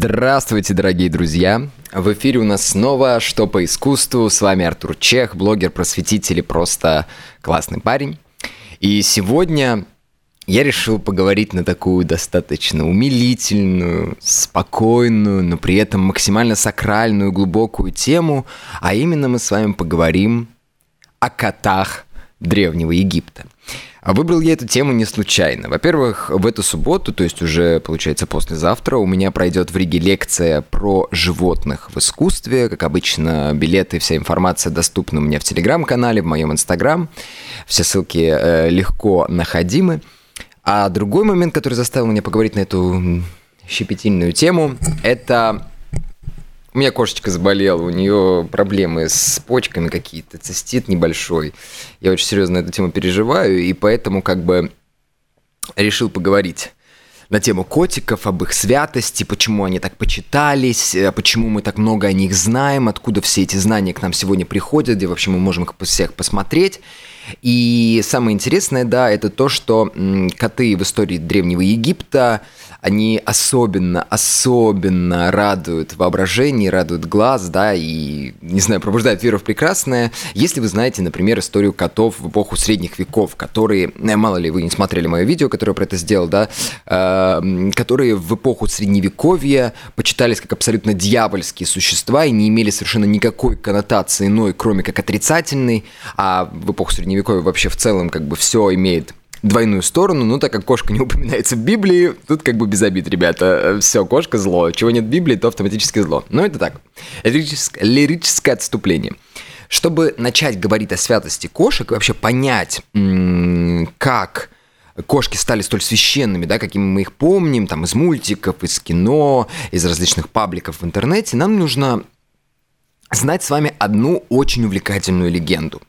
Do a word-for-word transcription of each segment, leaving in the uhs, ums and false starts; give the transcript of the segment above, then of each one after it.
Здравствуйте, дорогие друзья! В эфире у нас снова «Что по искусству». С вами Артур Чех, блогер, просветитель и просто классный парень. И сегодня я решил поговорить на такую достаточно умилительную, спокойную, но при этом максимально сакральную, глубокую тему, а именно мы с вами поговорим о котах Древнего Египта. Выбрал я эту тему не случайно. Во-первых, в эту субботу, то есть уже, получается, послезавтра, у меня пройдет в Риге лекция про животных в искусстве. Как обычно, билеты, вся информация доступна у меня в Телеграм-канале, в моем Инстаграм. Все ссылки э, легко находимы. А другой момент, который заставил меня поговорить на эту щепетильную тему, это... У меня кошечка заболела, у нее проблемы с почками какие-то, цистит небольшой. Я очень серьезно эту тему переживаю, и поэтому как бы решил поговорить на тему котиков, об их святости, почему они так почитались, почему мы так много о них знаем, откуда все эти знания к нам сегодня приходят, где вообще мы можем их всех посмотреть. И самое интересное, да, это то, что коты в истории Древнего Египта, они особенно, особенно радуют воображение, радуют глаз, да, и, не знаю, пробуждают веру в прекрасное. Если вы знаете, например, историю котов в эпоху Средних веков, которые, мало ли вы не смотрели мое видео, которое про это сделал, да, э, которые в эпоху Средневековья почитались как абсолютно дьявольские существа и не имели совершенно никакой коннотации иной, кроме как отрицательной, а в эпоху Средневековья вообще в целом как бы все имеет двойную сторону, но так как кошка не упоминается в Библии, тут как бы без обид, ребята. Все, кошка зло. Чего нет в Библии, то автоматически зло. Но это так, лирическое, лирическое отступление. Чтобы начать говорить о святости кошек и вообще понять, как кошки стали столь священными, да, какими мы их помним, там, из мультиков, из кино, из различных пабликов в интернете, нам нужно знать с вами одну очень увлекательную легенду.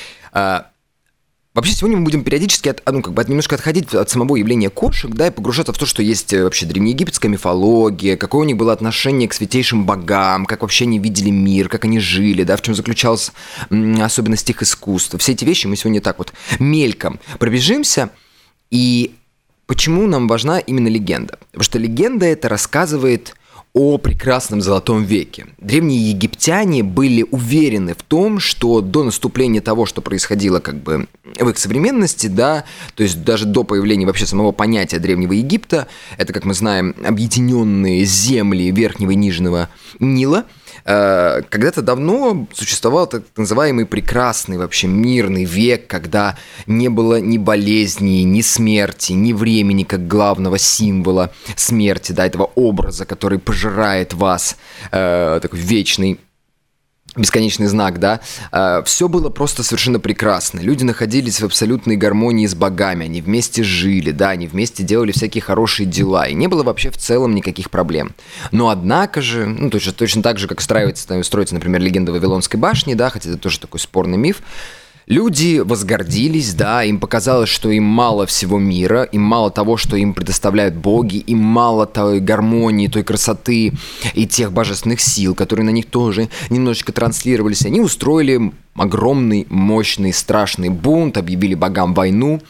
Вообще, сегодня мы будем периодически от, ну, как бы от, немножко отходить от самого явления кошек, да, и погружаться в то, что есть вообще древнеегипетская мифология, какое у них было отношение к святейшим богам, как вообще они видели мир, как они жили, да, в чем заключалась м, особенность их искусства. Все эти вещи мы сегодня так вот мельком пробежимся. И почему нам важна именно легенда? Потому что легенда это рассказывает о прекрасном золотом веке. Древние египтяне были уверены в том, что до наступления того, что происходило как бы в их современности, да, то есть даже до появления вообще самого понятия Древнего Египта, это, как мы знаем, объединенные земли Верхнего и Нижнего Нила, когда-то давно существовал так называемый прекрасный вообще мирный век, когда не было ни болезней, ни смерти, ни времени как главного символа смерти, да, этого образа, который пожирает вас, э, такой вечный, бесконечный знак, да, э, все было просто совершенно прекрасно. Люди находились в абсолютной гармонии с богами, они вместе жили, да, они вместе делали всякие хорошие дела, и не было вообще в целом никаких проблем. Но однако же, ну, точно, точно так же, как строится, строится, например, легенда Вавилонской башни, да, хотя это тоже такой спорный миф, люди возгордились, да, им показалось, что им мало всего мира, им мало того, что им предоставляют боги, им мало той гармонии, той красоты и тех божественных сил, которые на них тоже немножечко транслировались. Они устроили огромный, мощный, страшный бунт, объявили богам войну.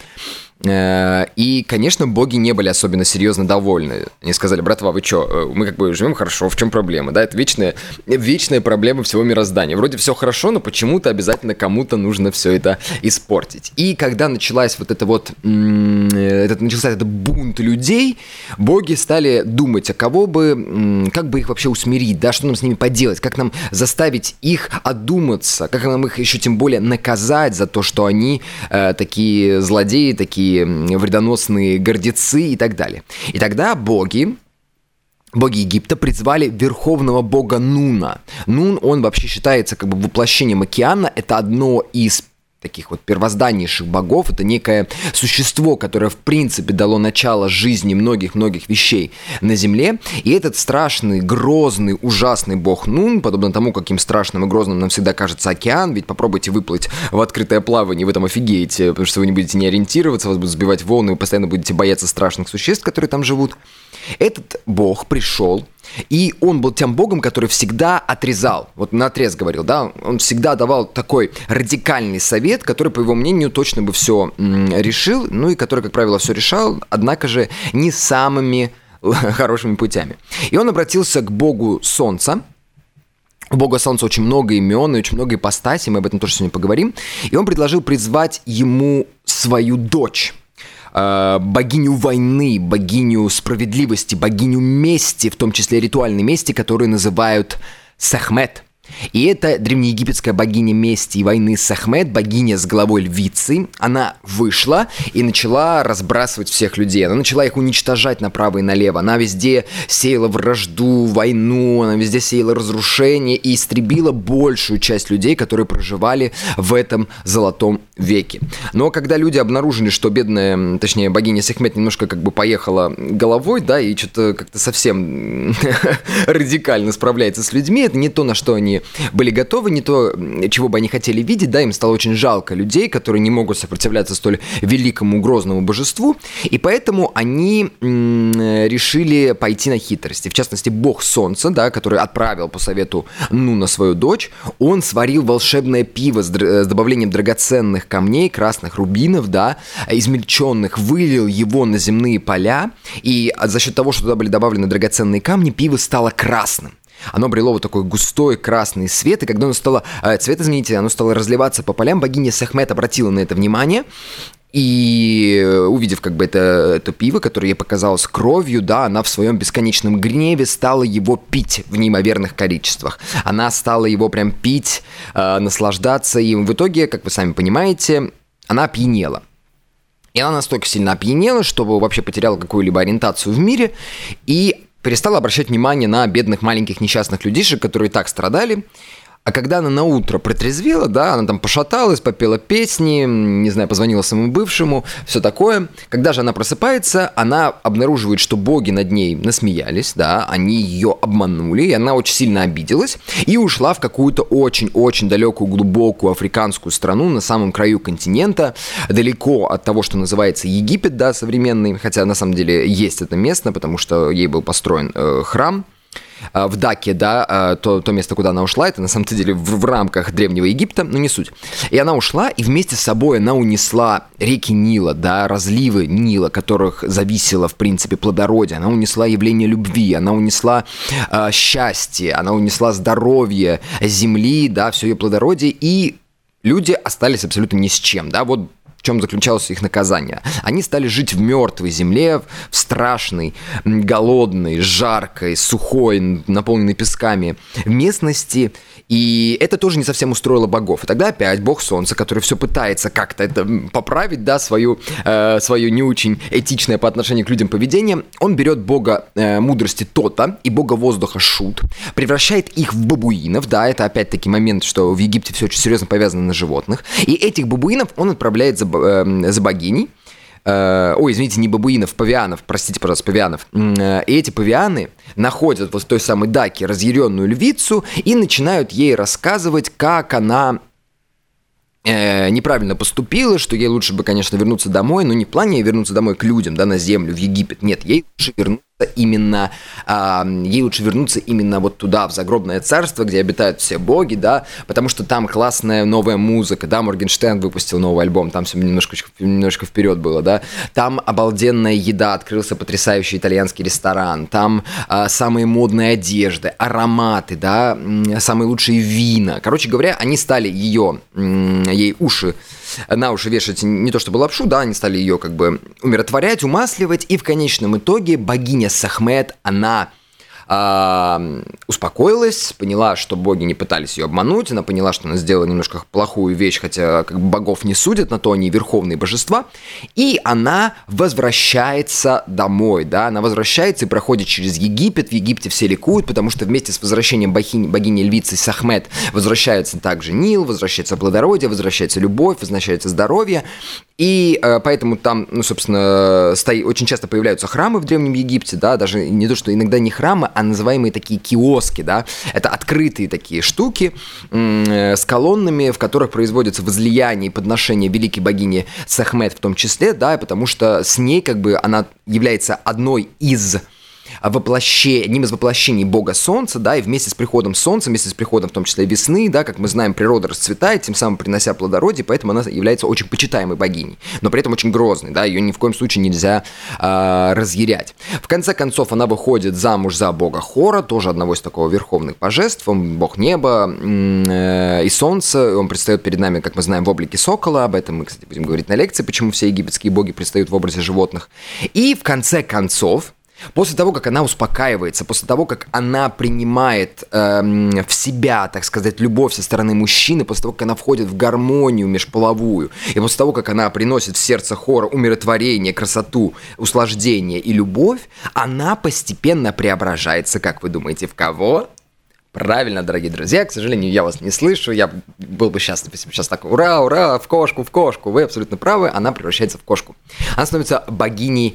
И, конечно, боги не были особенно серьезно довольны. Они сказали: братва, вы что, мы как бы живем хорошо, в чем проблема? Да, это вечная, вечная проблема всего мироздания. Вроде все хорошо, но почему-то обязательно кому-то нужно все это испортить. И когда началась вот это вот, этот, начался этот бунт людей, боги стали думать, а кого бы, как бы их вообще усмирить, да, что нам с ними поделать, как нам заставить их одуматься, как нам их еще тем более наказать за то, что они э, такие злодеи, такие вредоносные гордецы и так далее. И тогда боги, боги Египта призвали верховного бога Нуна. Нун, он вообще считается как бы воплощением океана, это одно из таких вот первозданнейших богов, это некое существо, которое в принципе дало начало жизни многих-многих вещей на земле, и этот страшный, грозный, ужасный бог Нун, подобно тому, каким страшным и грозным нам всегда кажется океан, ведь попробуйте выплыть в открытое плавание, вы там офигеете, потому что вы не будете не ориентироваться, вас будут сбивать волны, вы постоянно будете бояться страшных существ, которые там живут. Этот бог пришел, и он был тем богом, который всегда отрезал, вот наотрез говорил, да, он всегда давал такой радикальный совет, который, по его мнению, точно бы все м, решил, ну и который, как правило, все решал, однако же не самыми хорошими путями. И он обратился к богу солнца. У бога солнца очень много имен и очень много ипостасей, мы об этом тоже сегодня поговорим. И он предложил призвать ему свою дочь, богиню войны, богиню справедливости, богиню мести, в том числе ритуальной мести, которую называют Сехмет. И это древнеегипетская богиня мести и войны Сехмет, богиня с головой львицы. Она вышла и начала разбрасывать всех людей. Она начала их уничтожать направо и налево. Она везде сеяла вражду, войну, она везде сеяла разрушение и истребила большую часть людей, которые проживали в этом золотом веке. Но когда люди обнаружили, что бедная, точнее, богиня Сехмет немножко как бы поехала головой, да, и что-то как-то совсем радикально справляется с людьми, это не то, на что они были готовы, не то, чего бы они хотели видеть, да, им стало очень жалко людей, которые не могут сопротивляться столь великому грозному божеству, и поэтому они м- решили пойти на хитрости. В частности, бог солнца, да, который отправил по совету Нуна свою дочь, он сварил волшебное пиво с, др- с добавлением драгоценных камней, красных рубинов, да, измельченных, вылил его на земные поля, и за счет того, что туда были добавлены драгоценные камни, пиво стало красным. Оно обрело вот такой густой красный цвет, и когда оно стало, э, цвет, извините, оно стало разливаться по полям, богиня Сехмет обратила на это внимание, и увидев как бы это, это пиво, которое ей показалось кровью, да, она в своем бесконечном гневе стала его пить в неимоверных количествах. Она стала его прям пить, э, наслаждаться им. В итоге, как вы сами понимаете, она опьянела. И она настолько сильно опьянела, что вообще потеряла какую-либо ориентацию в мире, и перестала обращать внимание на бедных маленьких несчастных людишек, которые и так страдали. А когда она наутро протрезвела, да, она там пошаталась, попела песни, не знаю, позвонила своему бывшему, все такое. Когда же она просыпается, она обнаруживает, что боги над ней насмеялись, да, они ее обманули, и она очень сильно обиделась и ушла в какую-то очень-очень далекую, глубокую африканскую страну на самом краю континента, далеко от того, что называется Египет, да, современный, хотя на самом деле есть это место, потому что ей был построен э, храм. В Даке, да, то, то место, куда она ушла, это на самом-то деле в, в рамках Древнего Египта, но не суть. И она ушла, и вместе с собой она унесла реки Нила, да, разливы Нила, которых зависело, в принципе, плодородие. Она унесла явление любви, она унесла э, счастье, она унесла здоровье земли, да, все ее плодородие, и люди остались абсолютно ни с чем, да, вот в чем заключалось их наказание. Они стали жить в мертвой земле, в страшной, голодной, жаркой, сухой, наполненной песками местности. И это тоже не совсем устроило богов. И тогда опять бог солнца, который все пытается как-то это поправить, да, свою, э, свое не очень этичное по отношению к людям поведение, он берет бога э, мудрости Тота и бога воздуха Шут, превращает их в бабуинов, да, это опять-таки момент, что в Египте все очень серьезно повязано на животных, и этих бабуинов он отправляет за, э, за богиней. Ой, извините, не бабуинов, павианов, простите, пожалуйста, павианов. И эти павианы находят вот в той самой Даке разъяренную львицу и начинают ей рассказывать, как она э, неправильно поступила, что ей лучше бы, конечно, вернуться домой, но не в плане вернуться домой к людям, да, на землю, в Египет. Нет, ей лучше вернуться именно, а, ей лучше вернуться именно вот туда, в загробное царство, где обитают все боги, да, потому что там классная новая музыка, да, Моргенштерн выпустил новый альбом, там все немножко, немножко вперед было, да, там обалденная еда, открылся потрясающий итальянский ресторан, там а, самые модные одежды, ароматы, да, самые лучшие вина, короче говоря, они стали ее, ей уши, на уши вешать не то чтобы лапшу, да, они стали ее как бы умиротворять, умасливать, и в конечном итоге богиня Сехмет, она э, успокоилась, поняла, что боги не пытались ее обмануть, она поняла, что она сделала немножко плохую вещь, хотя как бы богов не судят, на то они верховные божества, и она возвращается домой, да, она возвращается и проходит через Египет, в Египте все ликуют, потому что вместе с возвращением богини, богини львицы Сехмет возвращается также Нил, возвращается плодородие, возвращается любовь, возвращается здоровье, и э, поэтому там, ну, собственно, стои, очень часто появляются храмы в Древнем Египте, да, даже не то, что иногда не храмы, а называемые такие киоски, да, это открытые такие штуки э, с колоннами, в которых производится возлияние и подношение великой богини Сехмет в том числе, да, потому что с ней как бы она является одной из воплощение, одним из воплощений бога солнца, да, и вместе с приходом солнца, вместе с приходом в том числе весны, да, как мы знаем, природа расцветает, тем самым принося плодородие, поэтому она является очень почитаемой богиней, но при этом очень грозной, да, ее ни в коем случае нельзя э, разъярять. В конце концов, она выходит замуж за бога Хора, тоже одного из такого верховных божеств, он бог неба э, и солнца, он предстает перед нами, как мы знаем, в облике сокола, об этом мы, кстати, будем говорить на лекции, почему все египетские боги предстают в образе животных. И в конце концов, после того, как она успокаивается, после того, как она принимает э, в себя, так сказать, любовь со стороны мужчины, после того, как она входит в гармонию межполовую, и после того, как она приносит в сердце Хора умиротворение, красоту, услаждение и любовь, она постепенно преображается, как вы думаете, в кого? Правильно, дорогие друзья, к сожалению, я вас не слышу, я был бы счастлив, если бы сейчас так, ура, ура, в кошку, в кошку, вы абсолютно правы, она превращается в кошку. Она становится богиней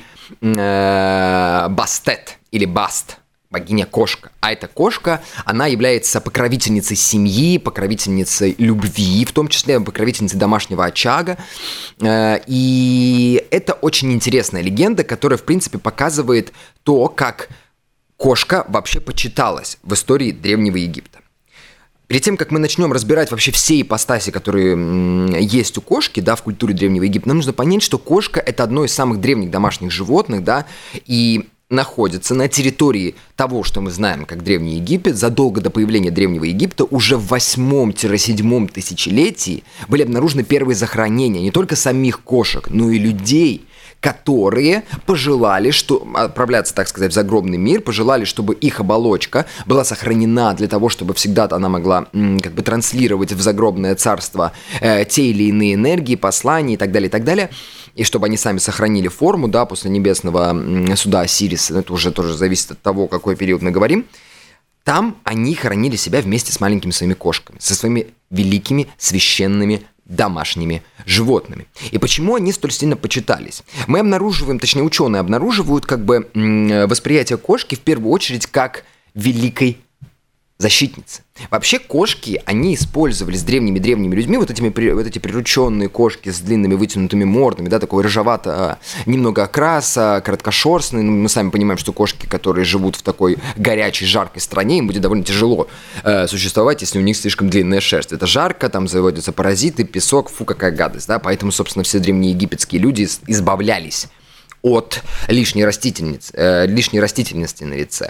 э, Бастет или Баст, богиня-кошка. А эта кошка, она является покровительницей семьи, покровительницей любви, в том числе покровительницей домашнего очага. Э, и это очень интересная легенда, которая, в принципе, показывает то, как кошка вообще почиталась в истории Древнего Египта. Перед тем, как мы начнем разбирать вообще все ипостаси, которые есть у кошки, да, в культуре Древнего Египта, нам нужно понять, что кошка – это одно из самых древних домашних животных, да, и находится на территории того, что мы знаем как Древний Египет. Задолго до появления Древнего Египта, уже в восьмом-седьмом тысячелетии были обнаружены первые захоронения не только самих кошек, но и людей, которые пожелали, что отправляться, так сказать, в загробный мир, пожелали, чтобы их оболочка была сохранена для того, чтобы всегда она могла м, как бы транслировать в загробное царство э, те или иные энергии, послания и так далее, и так далее, и чтобы они сами сохранили форму, да, после небесного м, суда Осириса, это уже тоже зависит от того, какой период мы говорим. Там они хоронили себя вместе с маленькими своими кошками, со своими великими священными домашними животными. И почему они столь сильно почитались? Мы обнаруживаем, точнее ученые обнаруживают как бы восприятие кошки в первую очередь как великой защитницы. Вообще кошки, они использовались древними-древними людьми, вот, этими, вот эти прирученные кошки с длинными вытянутыми мордами, да, такой рыжевато, немного окраса, короткошерстные. Ну, мы сами понимаем, что кошки, которые живут в такой горячей, жаркой стране, им будет довольно тяжело э, существовать, если у них слишком длинная шерсть. Это жарко, там заводятся паразиты, песок, фу, какая гадость, да, поэтому, собственно, все древнеегипетские люди избавлялись от лишней растительницы, э, лишней растительности на лице.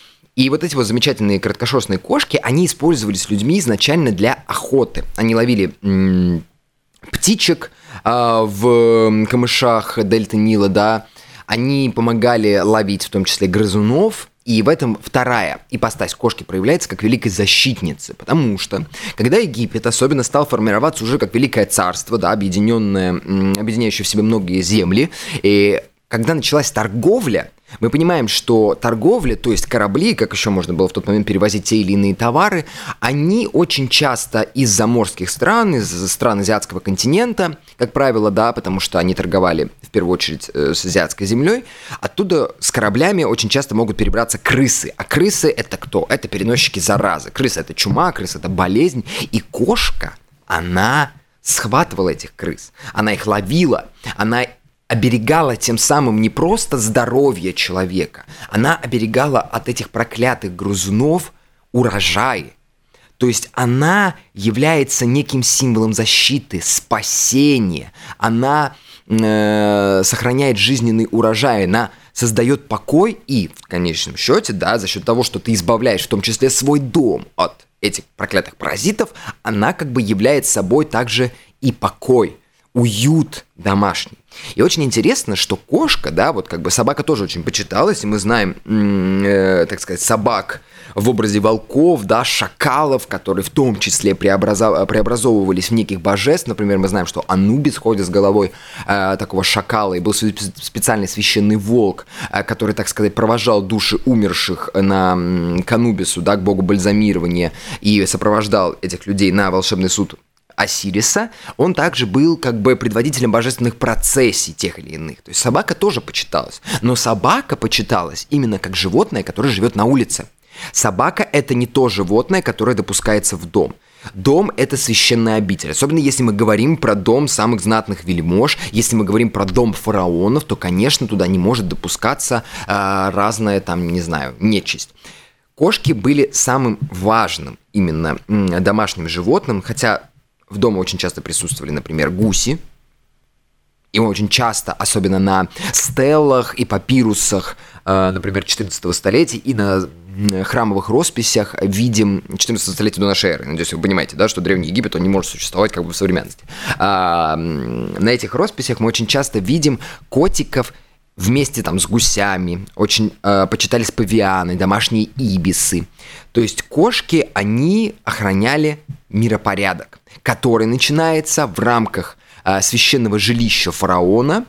И вот эти вот замечательные короткошерстные кошки, они использовались людьми изначально для охоты. Они ловили м- птичек а, в камышах дельты Нила, да. Они помогали ловить в том числе грызунов. И в этом вторая ипостась кошки проявляется как великой защитницы. Потому что, когда Египет особенно стал формироваться уже как великое царство, да, объединенное, м- объединяющее в себе многие земли, и когда началась торговля, мы понимаем, что торговля, то есть корабли, как еще можно было в тот момент перевозить те или иные товары, они очень часто из заморских стран, из стран азиатского континента, как правило, да, потому что они торговали в первую очередь с азиатской землей, оттуда с кораблями очень часто могут перебраться крысы. А крысы – это кто? Это переносчики заразы. Крыса – это чума, крыса – это болезнь. И кошка, она схватывала этих крыс, она их ловила, она оберегала тем самым не просто здоровье человека, она оберегала от этих проклятых грызунов урожай. То есть она является неким символом защиты, спасения. Она э, сохраняет жизненный урожай, она создает покой и, в конечном счете, да, за счет того, что ты избавляешь в том числе свой дом от этих проклятых паразитов, она как бы является собой также и покой, уют домашний. И очень интересно, что кошка, да, вот как бы собака тоже очень почиталась, и мы знаем, э, так сказать, собак в образе волков, да, шакалов, которые в том числе преобразов... преобразовывались в неких божеств. Например, мы знаем, что Анубис ходит с головой э, такого шакала, и был специальный священный волк, э, который, так сказать, провожал души умерших на, э, к Анубису, да, к богу бальзамирования, и сопровождал этих людей на волшебный суд Осириса. Он также был как бы предводителем божественных процессий тех или иных. То есть собака тоже почиталась. Но собака почиталась именно как животное, которое живет на улице. Собака – это не то животное, которое допускается в дом. Дом – это священная обитель. Особенно если мы говорим про дом самых знатных вельмож, если мы говорим про дом фараонов, то, конечно, туда не может допускаться э, разная, там, не знаю, нечисть. Кошки были самым важным именно м, домашним животным, хотя в доме очень часто присутствовали, например, гуси. И мы очень часто, особенно на стеллах и папирусах, э, например, четырнадцатого столетия и на храмовых росписях видим четырнадцатого столетия до нашей эры. Надеюсь, вы понимаете, да, что Древний Египет, он не может существовать как бы в современности. А, на этих росписях мы очень часто видим котиков вместе там с гусями, очень э, почитались павианы, домашние ибисы. То есть кошки, они охраняли миропорядок, который начинается в рамках э, священного жилища фараона,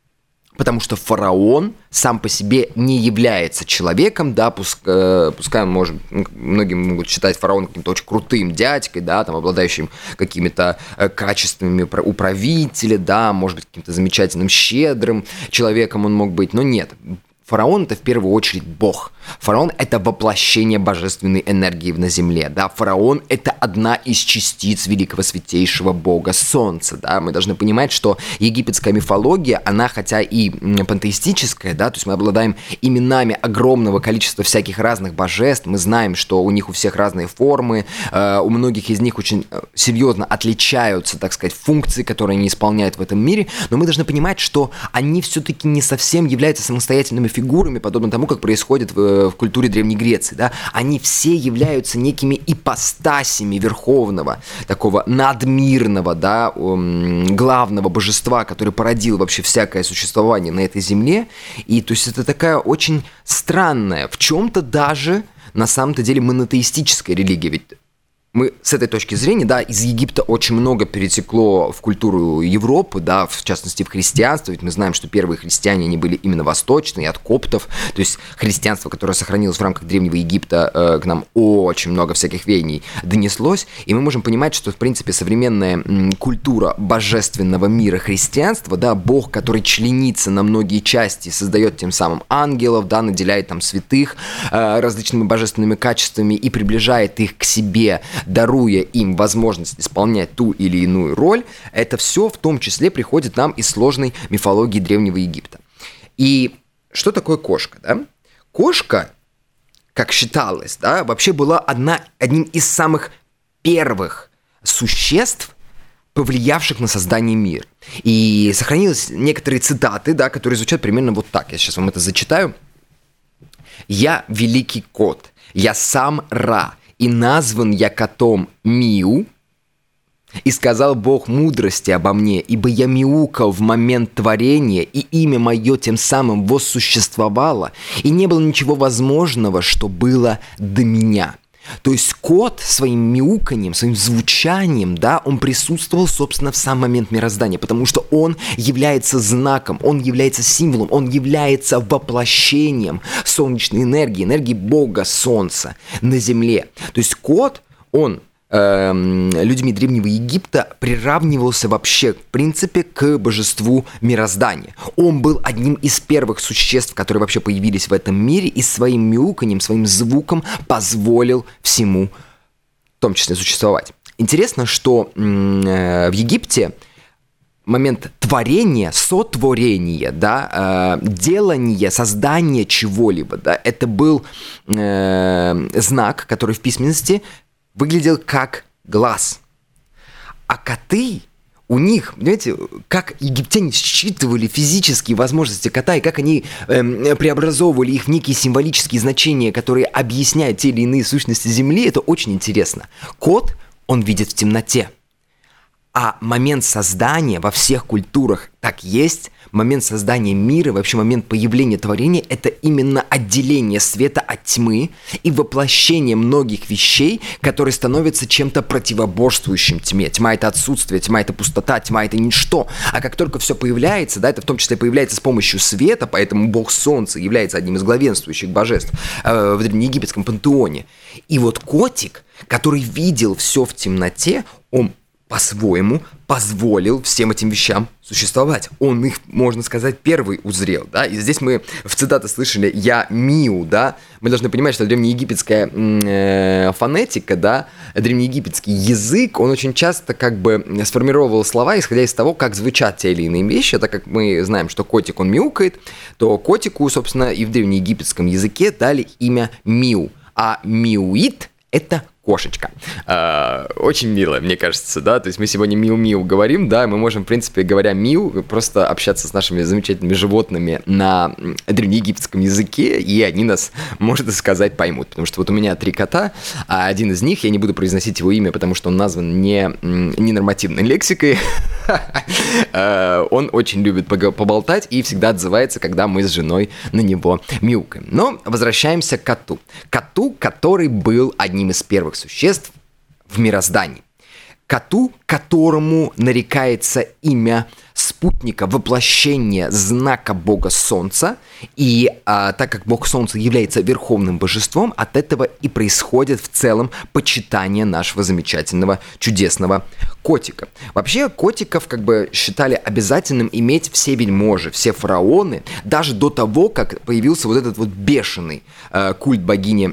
потому что фараон сам по себе не является человеком, да, пускай, пускай он может, многие могут считать фараона каким-то очень крутым дядькой, да, там, обладающим какими-то качествами управителя, да, может быть, каким-то замечательным, щедрым человеком он мог быть, но нет. Фараон – это в первую очередь бог. Фараон – это воплощение божественной энергии на земле. Да? Фараон – это одна из частиц великого святейшего бога Солнца. Да? Мы должны понимать, что египетская мифология, она хотя и пантеистическая, да, то есть мы обладаем именами огромного количества всяких разных божеств, мы знаем, что у них у всех разные формы, э, у многих из них очень серьезно отличаются, так сказать, функции, которые они исполняют в этом мире, но мы должны понимать, что они все-таки не совсем являются самостоятельными фигурами, фигурами, подобно тому, как происходит в, в культуре Древней Греции, да, они все являются некими ипостасями верховного, такого надмирного, да, главного божества, который породил вообще всякое существование на этой земле, и то есть это такая очень странная, в чем-то даже, на самом-то деле, монотеистическая религия, ведь мы с этой точки зрения, да, из Египта очень много перетекло в культуру Европы, да, в частности в христианство, ведь мы знаем, что первые христиане, они были именно восточные, от коптов, то есть христианство, которое сохранилось в рамках Древнего Египта, э, к нам очень много всяких веяний донеслось, и мы можем понимать, что, в принципе, современная м, культура божественного мира христианства, да, Бог, который членится на многие части, создает тем самым ангелов, да, наделяет там святых э, различными божественными качествами и приближает их к себе, даруя им возможность исполнять ту или иную роль, это все в том числе приходит нам из сложной мифологии Древнего Египта. И что такое кошка, да? Кошка, как считалось, да, вообще была одна, одним из самых первых существ, повлиявших на создание мира. И сохранились некоторые цитаты, да, которые звучат примерно вот так. Я сейчас вам это зачитаю. «Я великий кот, я сам Ра, и назван я котом Миу, и сказал Бог мудрости обо мне, ибо я мяукал в момент творения, и имя мое тем самым воссуществовало, и не было ничего возможного, что было до меня». То есть кот своим мяуканьем, своим звучанием, да, он присутствовал, собственно, в сам момент мироздания, потому что он является знаком, он является символом, он является воплощением солнечной энергии, энергии Бога Солнца на Земле. То есть кот, он эм, людьми Древнего Египта приравнивался вообще, в принципе, к божеству мироздания. Он был одним из первых существ, которые вообще появились в этом мире, и своим мяуканьем, своим звуком позволил всему, в том числе, существовать. Интересно, что э, в Египте момент творения, сотворения, да, э, делания, создания чего-либо, да, это был э, знак, который в письменности выглядел как глаз. А коты, у них, понимаете, как египтяне считывали физические возможности кота, и как они э, преобразовывали их в некие символические значения, которые объясняют те или иные сущности Земли, это очень интересно. Кот, он видит в темноте. А момент создания во всех культурах так есть, момент создания мира, вообще момент появления творения, это именно отделение света от тьмы и воплощение многих вещей, которые становятся чем-то противоборствующим тьме. Тьма – это отсутствие, тьма – это пустота, тьма – это ничто. А как только все появляется, да, это в том числе появляется с помощью света, поэтому Бог Солнца является одним из главенствующих божеств э, в древнеегипетском пантеоне. И вот котик, который видел все в темноте, он по-своему позволил всем этим вещам существовать. Он их, можно сказать, первый узрел, да, и здесь мы в цитате слышали «я миу», да, мы должны понимать, что древнеегипетская э, фонетика, да, древнеегипетский язык, он очень часто как бы сформировал слова, исходя из того, как звучат те или иные вещи, так как мы знаем, что котик, он мяукает, то котику, собственно, и в древнеегипетском языке дали имя миу, а миуит – это кошечка. А, очень мило, мне кажется, да, то есть мы сегодня миу-миу говорим, да, мы можем, в принципе, говоря миу, просто общаться с нашими замечательными животными на древнеегипетском языке, и они нас, можно сказать, поймут, потому что вот у меня три кота, а один из них, я не буду произносить его имя, потому что он назван не, не нормативной лексикой, он очень любит поболтать и всегда отзывается, когда мы с женой на него мяукаем. Но возвращаемся к коту. Коту, который был одним из первых существ в мироздании. Коту, которому нарекается имя спутника, воплощения знака бога Солнца. И а, так как бог Солнца является верховным божеством, от этого и происходит в целом почитание нашего замечательного, чудесного котика. Вообще, котиков как бы считали обязательным иметь все вельможи, все фараоны, даже до того, как появился вот этот вот бешеный э, культ богини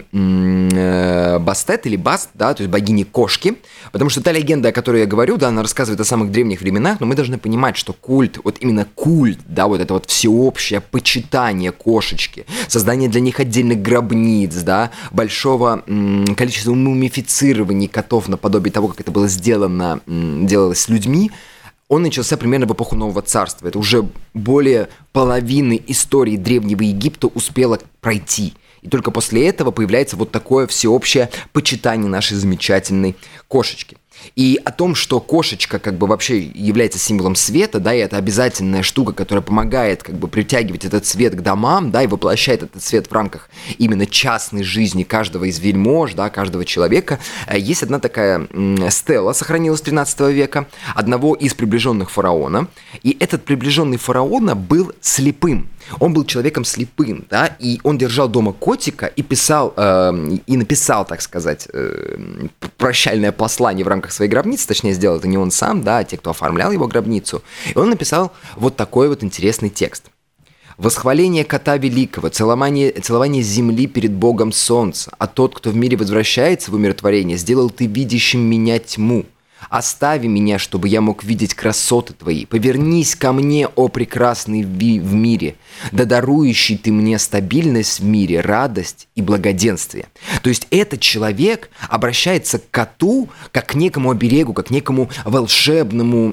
э, Бастет или Баст, да, то есть богини кошки. Потому что та легенда, о которой я говорю, да, она рассказывает о самых древних временах, но мы должны понимать, что культ, вот именно культ, да, вот это вот всеобщее почитание кошечки, создание для них отдельных гробниц, да, большого м- количества мумифицирований котов наподобие того, как это было сделано, м- делалось с людьми, он начался примерно в эпоху Нового Царства. Это уже более половины истории Древнего Египта успело пройти. И только после этого появляется вот такое всеобщее почитание нашей замечательной кошечки. И о том, что кошечка как бы вообще является символом света, да, и это обязательная штука, которая помогает как бы притягивать этот свет к домам, да, и воплощает этот свет в рамках именно частной жизни каждого из вельмож, да, каждого человека. Есть одна такая м, стела, сохранилась тринадцатого века, одного из приближенных фараона, и этот приближенный фараона был слепым. Он был человеком слепым, да, и он держал дома котика и писал, э, и написал, так сказать, э, прощальное послание в рамках своей гробницы, точнее, сделал это не он сам, да, а те, кто оформлял его гробницу. И он написал вот такой вот интересный текст. «Восхваление кота великого, целование, целование земли перед Богом Солнца, а тот, кто в мире возвращается в умиротворение, сделал ты видящим меня тьму. Остави меня, чтобы я мог видеть красоты твои. Повернись ко мне, о прекрасный ви- в мире, да дарующий ты мне стабильность в мире, радость и благоденствие». То есть этот человек обращается к коту как к некому оберегу, как к некому волшебному,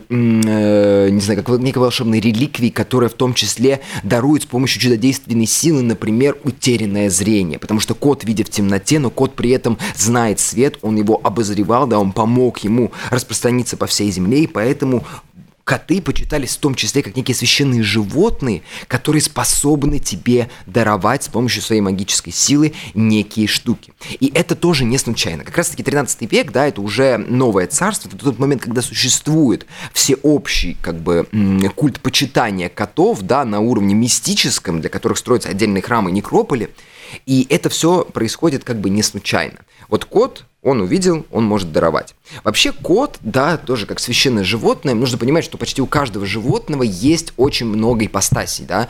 э, не знаю, как к некой волшебной реликвии, которая в том числе дарует с помощью чудодейственной силы, например, утерянное зрение. Потому что кот видит в темноте, но кот при этом знает свет, он его обозревал, да, он помог ему распространиться по всей земле, и поэтому коты почитались в том числе как некие священные животные, которые способны тебе даровать с помощью своей магической силы некие штуки. И это тоже не случайно. Как раз-таки тринадцатый век, да, это уже новое царство, это тот момент, когда существует всеобщий как бы культ почитания котов, да, на уровне мистическом, для которых строятся отдельные храмы и некрополи, и это все происходит как бы не случайно. Вот кот, он увидел, он может даровать. Вообще кот, да, тоже как священное животное, нужно понимать, что почти у каждого животного есть очень много ипостасей, да,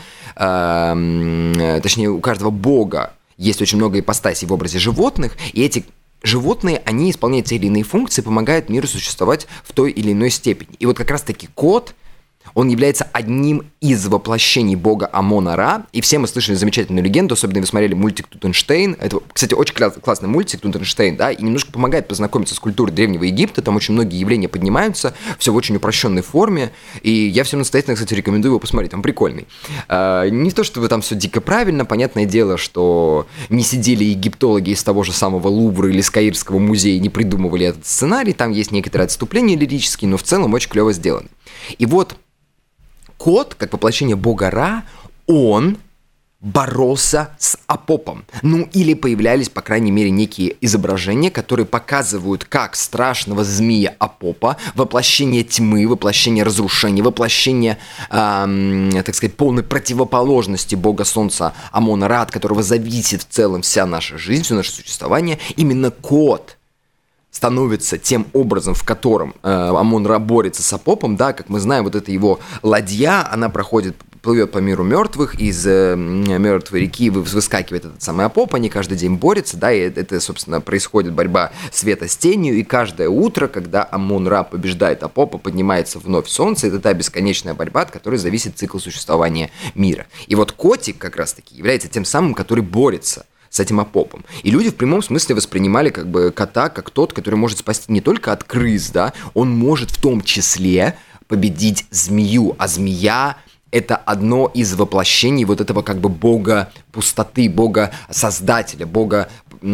э, точнее, у каждого бога есть очень много ипостасей в образе животных, и эти животные, они исполняют те или иные функции, помогают миру существовать в той или иной степени. И вот как раз-таки кот, он является одним из воплощений бога Амона-Ра, и все мы слышали замечательную легенду, особенно вы смотрели мультик «Тутенштейн». Это, кстати, очень кля- классный мультик «Тутенштейн», да, и немножко помогает познакомиться с культурой Древнего Египта, там очень многие явления поднимаются, все в очень упрощенной форме, и я всем настоятельно, кстати, рекомендую его посмотреть, он прикольный. А, не то, чтобы там все дико правильно, понятное дело, что не сидели египтологи из того же самого Лувра или из Каирского музея и не придумывали этот сценарий, там есть некоторые отступления лирические, но в целом очень клево сделаны. И вот кот, как воплощение бога Ра, он боролся с Апопом. Ну, или появлялись, по крайней мере, некие изображения, которые показывают, как страшного змея Апопа, воплощение тьмы, воплощение разрушения, воплощение, эм, так сказать, полной противоположности бога Солнца Амона-Ра, от которого зависит в целом вся наша жизнь, все наше существование, именно кот становится тем образом, в котором э, Амон-Ra борется с Апопом, да, как мы знаем, вот эта его ладья, она проходит, плывет по миру мертвых, из э, мертвой реки выскакивает этот самый Апоп, они каждый день борются, да, и это, собственно, происходит борьба света с тенью, и каждое утро, когда Амон-Ra побеждает Апопа, поднимается вновь солнце, это та бесконечная борьба, от которой зависит цикл существования мира. И вот котик как раз-таки является тем самым, который борется с этим Апопом. И люди в прямом смысле воспринимали как бы кота как тот, который может спасти не только от крыс, да, он может в том числе победить змею, а змея — это одно из воплощений вот этого как бы бога пустоты, бога создателя, бога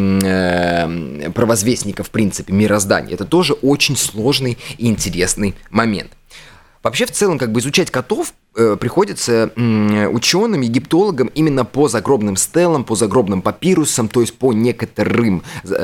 э, провозвестника, в принципе, мироздания. Это тоже очень сложный и интересный момент. Вообще, в целом, как бы изучать котов э, приходится э, ученым, египтологам именно по загробным стелам, по загробным папирусам, то есть по некоторым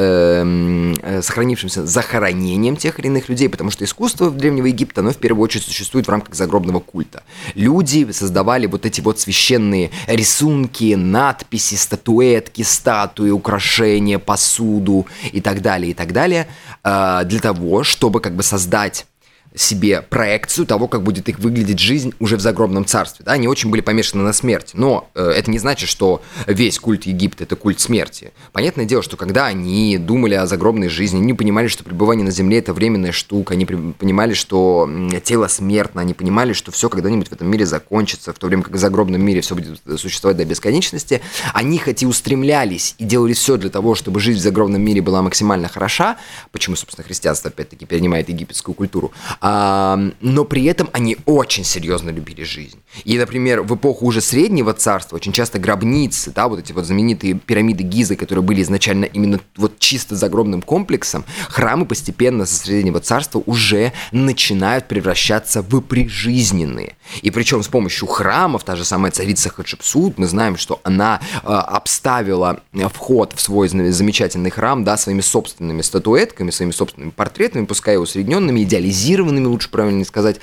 э, э, сохранившимся захоронениям тех или иных людей, потому что искусство Древнего Египта, оно в первую очередь существует в рамках загробного культа. Люди создавали вот эти вот священные рисунки, надписи, статуэтки, статуи, украшения, посуду и так далее, и так далее, э, для того, чтобы как бы создать себе проекцию того, как будет их выглядеть жизнь уже в загробном царстве. Да? Они очень были помешаны на смерти, но э, это не значит, что весь культ Египта – это культ смерти. Понятное дело, что когда они думали о загробной жизни, они понимали, что пребывание на земле – это временная штука, они при- понимали, что тело смертно, они понимали, что все когда-нибудь в этом мире закончится, в то время как в загробном мире все будет существовать до бесконечности. Они хоть и устремлялись и делали все для того, чтобы жизнь в загробном мире была максимально хороша, почему, собственно, христианство, опять-таки, перенимает египетскую культуру, А, но при этом они очень серьезно любили жизнь. И, например, в эпоху уже Среднего Царства очень часто гробницы, да, вот эти вот знаменитые пирамиды Гизы, которые были изначально именно вот чисто загробным комплексом, храмы постепенно со Среднего Царства уже начинают превращаться в прижизненные. И причем с помощью храмов, та же самая царица Хатшепсут, мы знаем, что она э, обставила вход в свой замечательный храм, да, своими собственными статуэтками, своими собственными портретами, пускай усредненными, идеализированными, лучше правильно сказать,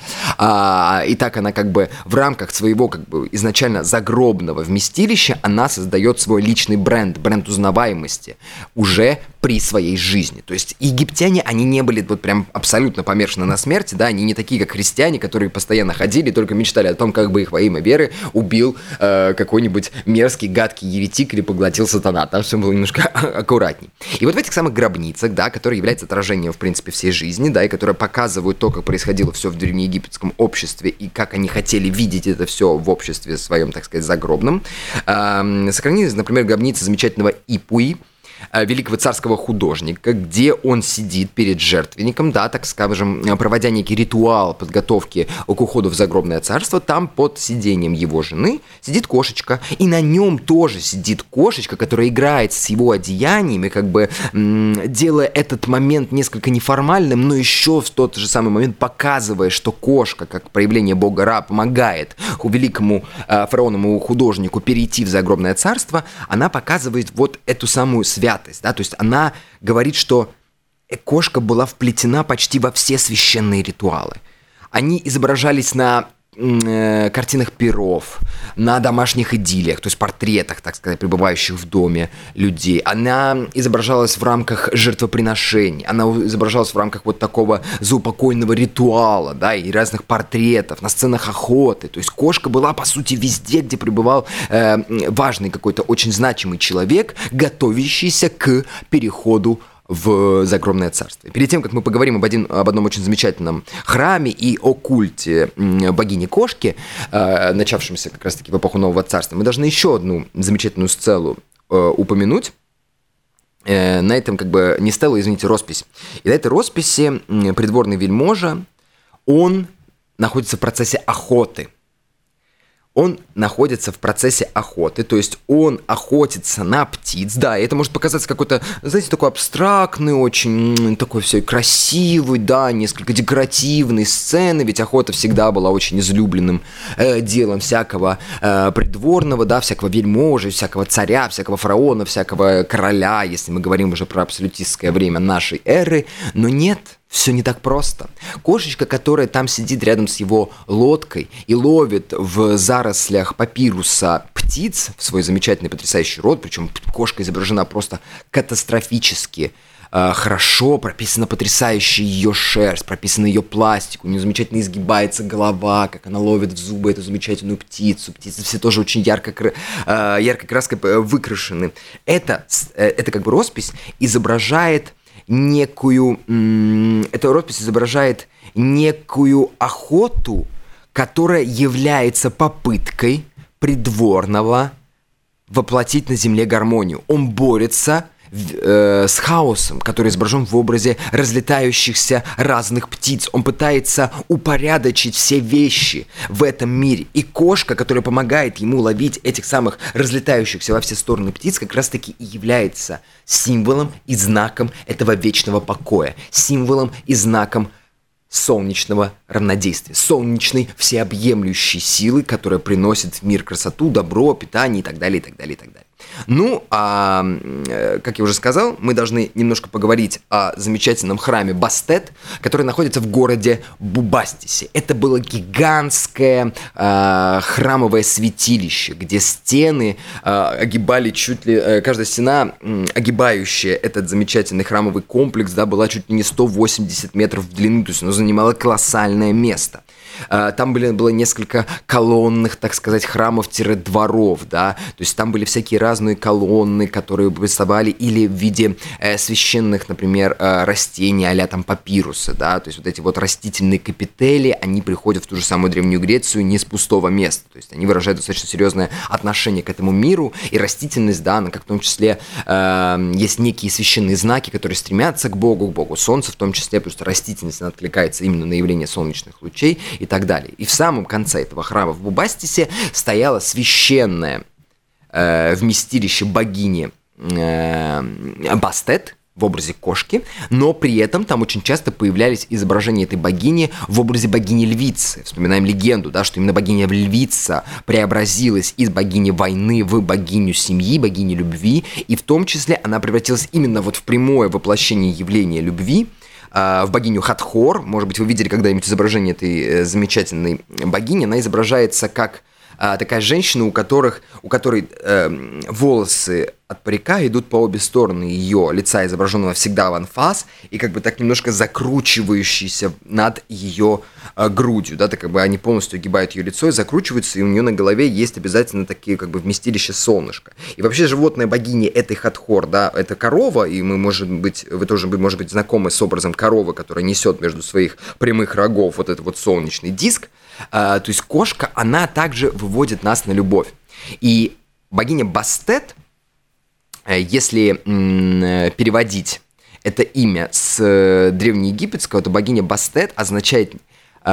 а, и так она как бы в рамках своего как бы изначально загробного вместилища она создает свой личный бренд, бренд узнаваемости уже при своей жизни. То есть египтяне, они не были вот прям абсолютно помешаны на смерти, да, они не такие, как христиане, которые постоянно ходили и только мечтали о том, как бы их во имя веры убил э, какой-нибудь мерзкий, гадкий еретик или поглотил сатана. Там все было немножко аккуратней. И вот в этих самых гробницах, да, которые являются отражением, в принципе, всей жизни, да, и которые показывают то, как происходило все в древнеегипетском обществе и как они хотели видеть это все в обществе своем, так сказать, загробном. Э, сохранились, например, гробницы замечательного Ипуи, великого царского художника, где он сидит перед жертвенником, да, так скажем, проводя некий ритуал подготовки к уходу в загробное царство. Там под сиденьем его жены сидит кошечка, и на нем тоже сидит кошечка, которая играет с его одеяниями, как бы м- делая этот момент несколько неформальным, но еще в тот же самый момент показывая, что кошка, как проявление бога Ра, помогает великому э, фараоновому художнику перейти в загробное царство. Она показывает вот эту самую связь. Да? То есть она говорит, что кошка была вплетена почти во все священные ритуалы. Они изображались на э, картинах перов, на домашних идиллиях, то есть портретах, так сказать, пребывающих в доме людей. Она изображалась в рамках жертвоприношений, она изображалась в рамках вот такого заупокойного ритуала, да, и разных портретов, на сценах охоты. То есть кошка была, по сути, везде, где пребывал э, важный какой-то очень значимый человек, готовящийся к переходу в загробное царство. Перед тем, как мы поговорим об, один, об одном очень замечательном храме и о культе богини-кошки, э, начавшемся как раз-таки в эпоху Нового Царства, мы должны еще одну замечательную стелу э, упомянуть. Э, на этом, как бы, не стелу, извините, роспись. И на этой росписи придворный вельможа, он находится в процессе охоты. Он находится в процессе охоты, то есть он охотится на птиц, да, и это может показаться какой-то, знаете, такой абстрактный, очень такой все красивый, да, несколько декоративной сцены, ведь охота всегда была очень излюбленным э, делом всякого э, придворного, да, всякого вельможи, всякого царя, всякого фараона, всякого короля, если мы говорим уже про абсолютистское время нашей эры, но нет. Все не так просто. Кошечка, которая там сидит рядом с его лодкой и ловит в зарослях папируса птиц в свой замечательный потрясающий рот, причем кошка изображена просто катастрофически э, хорошо, прописана потрясающая ее шерсть, прописана ее пластик, у нее замечательно изгибается голова, как она ловит в зубы эту замечательную птицу. Птицы все тоже очень ярко, э, яркой краской выкрашены. Это, э, это как бы роспись изображает некую... М- эта роспись изображает некую охоту, которая является попыткой придворного воплотить на земле гармонию. Он борется э, с хаосом, который изображен в образе разлетающихся разных птиц. Он пытается упорядочить все вещи в этом мире. И кошка, которая помогает ему ловить этих самых разлетающихся во все стороны птиц, как раз-таки и является символом и знаком этого вечного покоя, символом и знаком солнечного равнодействия, солнечной всеобъемлющей силы, которая приносит в мир красоту, добро, питание и так далее, и так далее, и так далее. Ну, а, как я уже сказал, мы должны немножко поговорить о замечательном храме Бастет, который находится в городе Бубастисе. Это было гигантское а, храмовое святилище, где стены а, огибали чуть ли... А, каждая стена, м, огибающая этот замечательный храмовый комплекс, да, была чуть ли не сто восемьдесят метров в длину, то есть она занимала колоссальное место. Там были, было несколько колонных, так сказать, храмов-дворов, да, то есть там были всякие разные колонны, которые представали или в виде э, священных, например, э, растений, а-ля там папируса, да, то есть вот эти вот растительные капители, они приходят в ту же самую Древнюю Грецию не с пустого места, то есть они выражают достаточно серьезное отношение к этому миру, и растительность, да, она как в том числе э, есть некие священные знаки, которые стремятся к Богу, к Богу Солнца в том числе, потому что растительность, она откликается именно на явление солнечных лучей, и так далее. И в самом конце этого храма в Бубастисе стояло священное э, вместилище богини э, Бастет в образе кошки, но при этом там очень часто появлялись изображения этой богини в образе богини-львицы. Вспоминаем легенду, да, что именно богиня-львица преобразилась из богини войны в богиню семьи, богини любви, и в том числе она превратилась именно вот в прямое воплощение явления любви, в богиню Хатхор. Может быть, вы видели когда-нибудь изображение этой замечательной богини. Она изображается как а, такая женщина, у, которых, у которой э, волосы от парика идут по обе стороны ее лица, изображенного всегда в анфас, и как бы так немножко закручивающийся над ее э, грудью, да, так как бы они полностью огибают ее лицо и закручиваются, и у нее на голове есть обязательно такие как бы вместилища солнышка. И вообще животное богини этой Хатхор, да, это корова, и мы, может быть, вы тоже, может быть, знакомы с образом коровы, которая несет между своих прямых рогов вот этот вот солнечный диск. А, то есть кошка, она также выводит нас на любовь. И богиня Бастет, если м- переводить это имя с древнеегипетского, то богиня Бастет означает э,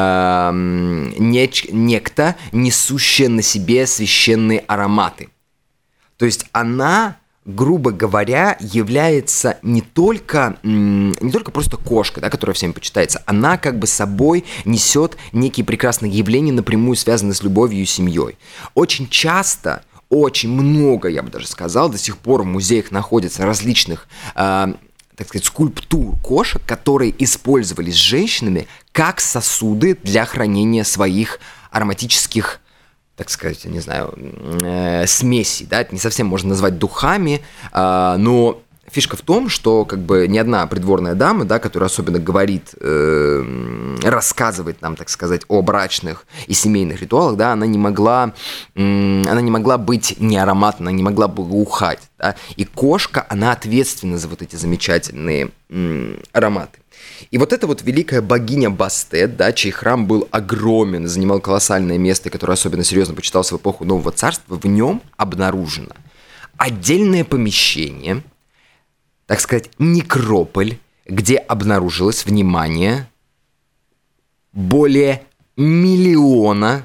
неч- некто, несущая на себе священные ароматы. То есть она, грубо говоря, является не только, не только просто кошка, да, которая всем почитается, она как бы собой несет некие прекрасные явления, напрямую связанные с любовью и семьей. Очень часто, очень много, я бы даже сказал, до сих пор в музеях находится различных, э, так сказать, скульптур кошек, которые использовались женщинами как сосуды для хранения своих ароматических, так сказать, я не знаю, э, смесей, да, это не совсем можно назвать духами, э, но фишка в том, что как бы ни одна придворная дама, да, которая особенно говорит, э, рассказывает нам, так сказать, о брачных и семейных ритуалах, да, она не могла, э, она не могла быть не ароматной, она не могла благоухать, да, и кошка, она ответственна за вот эти замечательные э, ароматы. И вот эта вот великая богиня Бастет, да, чей храм был огромен, занимал колоссальное место, которое особенно серьезно почитался в эпоху Нового Царства, в нем обнаружено отдельное помещение, так сказать, некрополь, где обнаружилось, внимание, более миллиона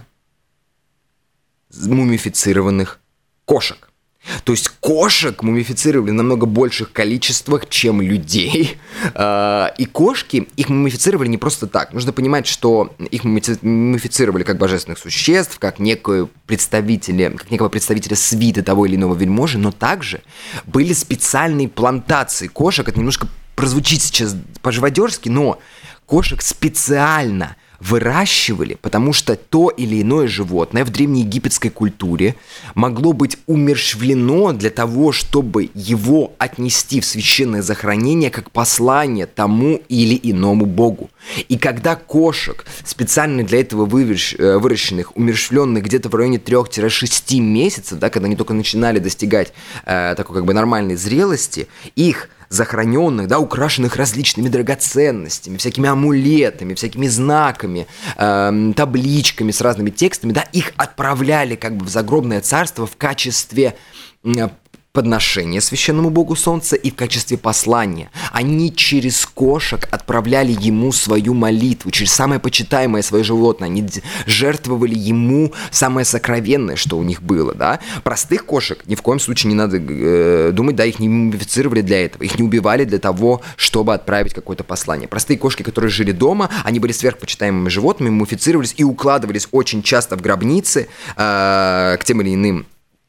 мумифицированных кошек. То есть кошек мумифицировали в намного больших количествах, чем людей. И кошки, их мумифицировали не просто так. Нужно понимать, что их мумифицировали как божественных существ, как некое представителя, как некого представителя свиты того или иного вельможи, но также были специальные плантации кошек. Это немножко прозвучит сейчас по-живодерски, но кошек специально выращивали, потому что то или иное животное в древнеегипетской культуре могло быть умерщвлено для того, чтобы его отнести в священное захоронение как послание тому или иному богу. И когда кошек, специально для этого выращенных, умерщвленных где-то в районе трёх-шести месяцев, да, когда они только начинали достигать э, такой как бы нормальной зрелости, их захороненных, да, украшенных различными драгоценностями, всякими амулетами, всякими знаками, э, табличками с разными текстами, да, их отправляли как бы в загробное царство в качестве э, подношения священному богу солнца и в качестве послания. Они через кошек отправляли ему свою молитву, через самое почитаемое свое животное. Они жертвовали ему самое сокровенное, что у них было, да. Простых кошек ни в коем случае не надо э, думать, да, их не мумифицировали для этого, их не убивали для того, чтобы отправить какое-то послание. Простые кошки, которые жили дома, они были сверхпочитаемыми животными, мумифицировались и укладывались очень часто в гробницы э, к тем или иным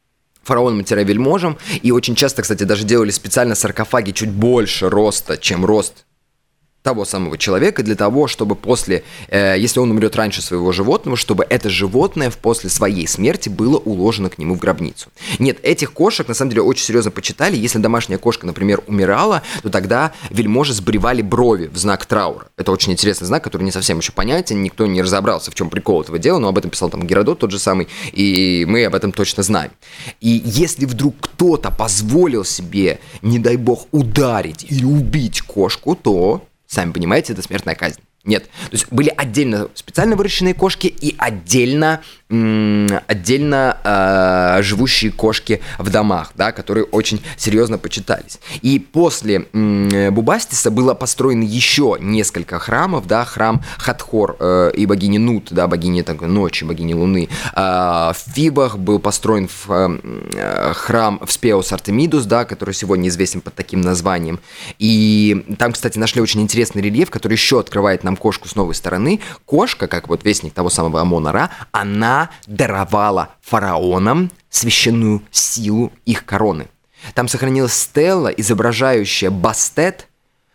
фараонам-вельможам, и очень часто, кстати, даже делали специально саркофаги чуть больше роста, чем рост того самого человека, для того, чтобы после, э, если он умрет раньше своего животного, чтобы это животное после своей смерти было уложено к нему в гробницу. Нет, этих кошек, на самом деле, очень серьезно почитали. Если домашняя кошка, например, умирала, то тогда вельможи сбривали брови в знак траура. Это очень интересный знак, который не совсем еще понятен, никто не разобрался, в чем прикол этого дела, но об этом писал там Геродот тот же самый, и мы об этом точно знаем. И если вдруг кто-то позволил себе, не дай бог, ударить или убить кошку, то... Сами понимаете, это смертная казнь. Нет. То есть были отдельно специально выращенные кошки и отдельно, м- отдельно э- живущие кошки в домах, да, которые очень серьезно почитались. И после м- Бубастиса было построено еще несколько храмов, да, храм Хатхор э- и богини Нут, да, богини так, ночи, богини луны. Э- в Фивах был построен в, э- храм в Спеус Артемидус, да, который сегодня известен под таким названием. И там, кстати, нашли очень интересный рельеф, который еще открывает нам кошку с новой стороны. Кошка, как вот вестник того самого Амона-Ра, она даровала фараонам священную силу их короны. Там сохранилась стела, изображающая Бастет,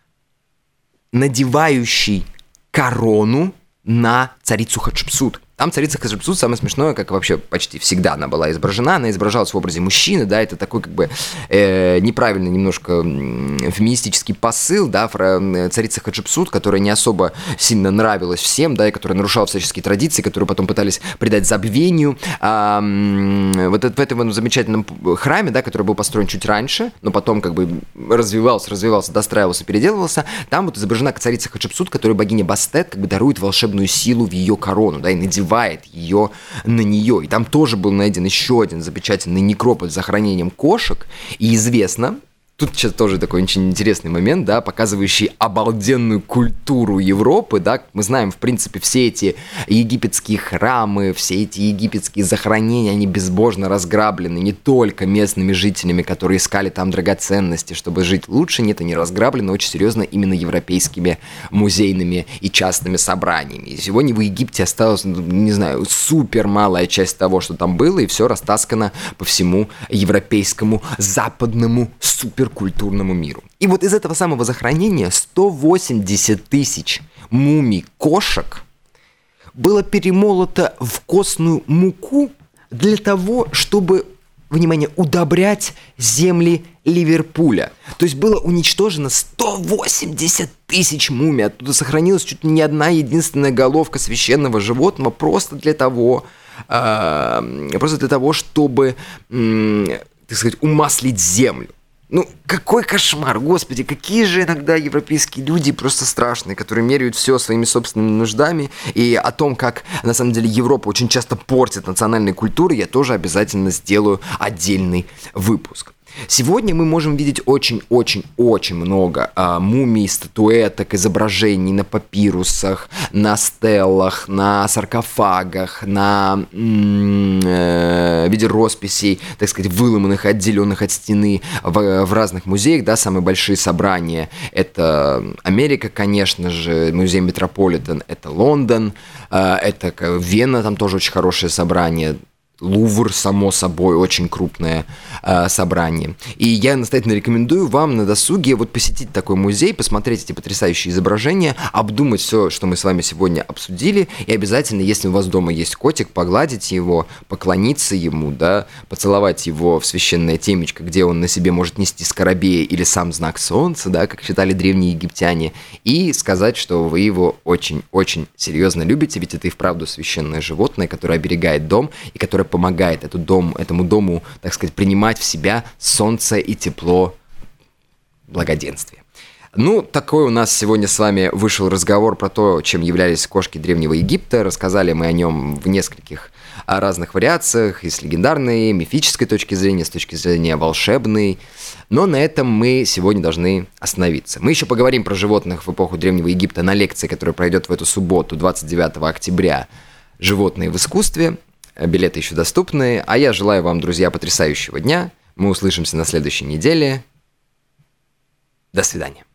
надевающий корону на царицу Хатшепсут. Там царица Хатшепсут, самое смешное, как вообще почти всегда она была изображена, она изображалась в образе мужчины, да, это такой как бы э, неправильный немножко феминистический посыл, да, царица Хатшепсут, которая не особо сильно нравилась всем, да, и которая нарушала всяческие традиции, которую потом пытались придать забвению. А, вот в этом замечательном храме, да, который был построен чуть раньше, но потом как бы развивался, развивался, достраивался, переделывался, там вот изображена царица Хатшепсут, которая богиня Бастет как бы дарует волшебную силу в ее корону, да, и надевает ее на нее. И там тоже был найден еще один замечательный некрополь с захоронением кошек. И известно, тут сейчас тоже такой очень интересный момент, да, показывающий обалденную культуру Европы, да, мы знаем, в принципе, все эти египетские храмы, все эти египетские захоронения, они безбожно разграблены не только местными жителями, которые искали там драгоценности, чтобы жить лучше, нет, они разграблены очень серьезно именно европейскими музейными и частными собраниями. И сегодня в Египте осталась, не знаю, супер малая часть того, что там было, и все растаскано по всему европейскому, западному, супер культурному миру. И вот из этого самого захоронения сто восемьдесят тысяч мумий кошек было перемолото в костную муку для того, чтобы, внимание, удобрять земли Ливерпуля. То есть было уничтожено сто восемьдесят тысяч мумий. Оттуда сохранилась чуть ли не одна единственная головка священного животного просто для того, э, просто для того, чтобы, э, так сказать, умаслить землю. Ну, какой кошмар, господи, какие же иногда европейские люди просто страшные, которые меряют все своими собственными нуждами, и о том, как, на самом деле, Европа очень часто портит национальные культуры, я тоже обязательно сделаю отдельный выпуск. Сегодня мы можем видеть очень-очень-очень много а, мумий, статуэток, изображений на папирусах, на стеллах, на саркофагах, на м- э, виде росписей, так сказать, выломанных, отделенных от стены в, в разных музеях, да, самые большие собрания — это Америка, конечно же, музей Метрополитен — это Лондон, э, это Вена, там тоже очень хорошее собрание. Лувр, само собой, очень крупное э, собрание. И я настоятельно рекомендую вам на досуге вот посетить такой музей, посмотреть эти потрясающие изображения, обдумать все, что мы с вами сегодня обсудили, и обязательно, если у вас дома есть котик, погладить его, поклониться ему, да, поцеловать его в священное темечко, где он на себе может нести скоробея или сам знак солнца, да, как считали древние египтяне, и сказать, что вы его очень-очень серьезно любите, ведь это и вправду священное животное, которое оберегает дом и которое помогает эту дом, этому дому, так сказать, принимать в себя солнце и тепло благоденствия. Ну, такой у нас сегодня с вами вышел разговор про то, чем являлись кошки Древнего Египта. Рассказали мы о нем в нескольких разных вариациях, и с легендарной, мифической точки зрения, с точки зрения волшебной. Но на этом мы сегодня должны остановиться. Мы еще поговорим про животных в эпоху Древнего Египта на лекции, которая пройдет в эту субботу, двадцать девятого октября. «Животные в искусстве». Билеты еще доступны. А я желаю вам, друзья, потрясающего дня. Мы услышимся на следующей неделе. До свидания.